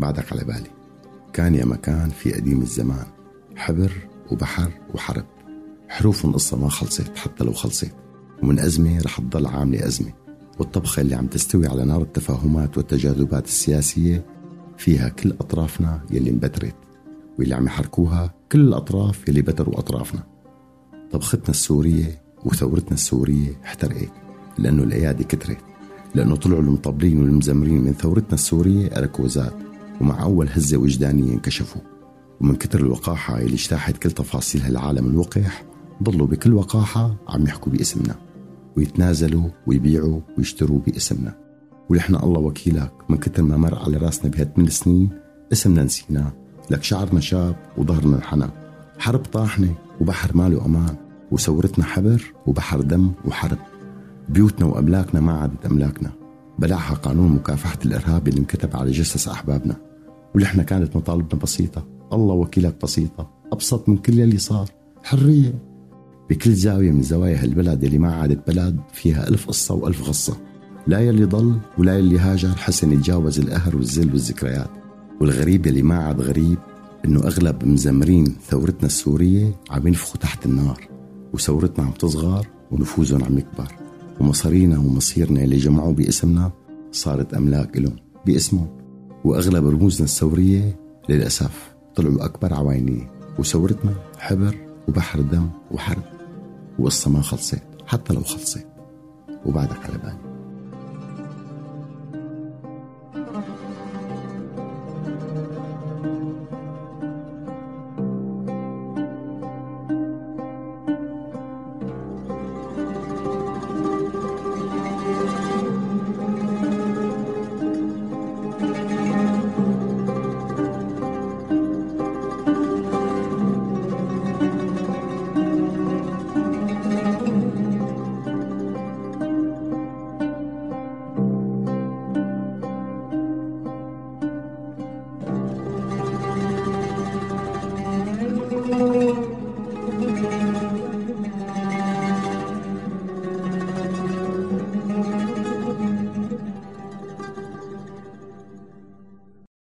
بعدك على بالي. كان يا مكان في قديم الزمان، حبر وبحر وحرب، حروف قصة ما خلصت حتى لو خلصت، ومن أزمة رح تضل عاملة أزمة. والطبخة اللي عم تستوي على نار التفاهمات والتجاذبات السياسية فيها كل أطرافنا يلي انبترت، واللي عم يحركوها كل الأطراف يلي بتروا أطرافنا. طبختنا السورية وثورتنا السورية احترقت لأنه الأيادي كترت، لأنه طلعوا المطبلين والمزمرين من ثورتنا السورية أركوزات، ومع أول هزة وجدانية انكشفوا. ومن كتر الوقاحة اللي اجتاحت كل تفاصيل هالعالم الوقح، ضلوا بكل وقاحة عم يحكوا باسمنا، ويتنازلوا ويبيعوا ويشتروا باسمنا. ولحنا الله وكيلك من كتر ما مر على راسنا بهال8 سنين اسمنا نسيناه، لك شعرنا شاب وظهرنا انحنى. حرب طاحنة وبحر ماله أمان، وثورتنا حبر وبحر دم وحرب. بيوتنا وأملاكنا ما عادت أملاكنا، بلعها قانون مكافحة الإرهاب اللي انكتب على جثث أحبابنا. ولحنا كانت مطالبنا بسيطة، الله وكيلك بسيطة، أبسط من كل اللي صار، حرية بكل زاوية من زوايا هالبلد اللي ما عادت بلد فيها 1000 قصة و1000 غصة. لا يلي ضل ولا يلي هاجر حسن يتجاوز القهر والذل والذكريات. والغريب يلي ما عاد غريب إنه أغلب مزمرين ثورتنا السورية عم ينفخوا تحت النار، وثورتنا عم تصغر ونفوذهم عم يكبر، ومصارينا ومصيرنا اللي جمعوا باسمنا صارت أملاك إلهم باسمهم. وأغلب رموزنا الثورية للأسف طلعوا أكبر عوينية، وثورتنا حبر وبحر دم وحرب، وقصة ما خلصت حتى لو خلصت. وبعدك على بالي.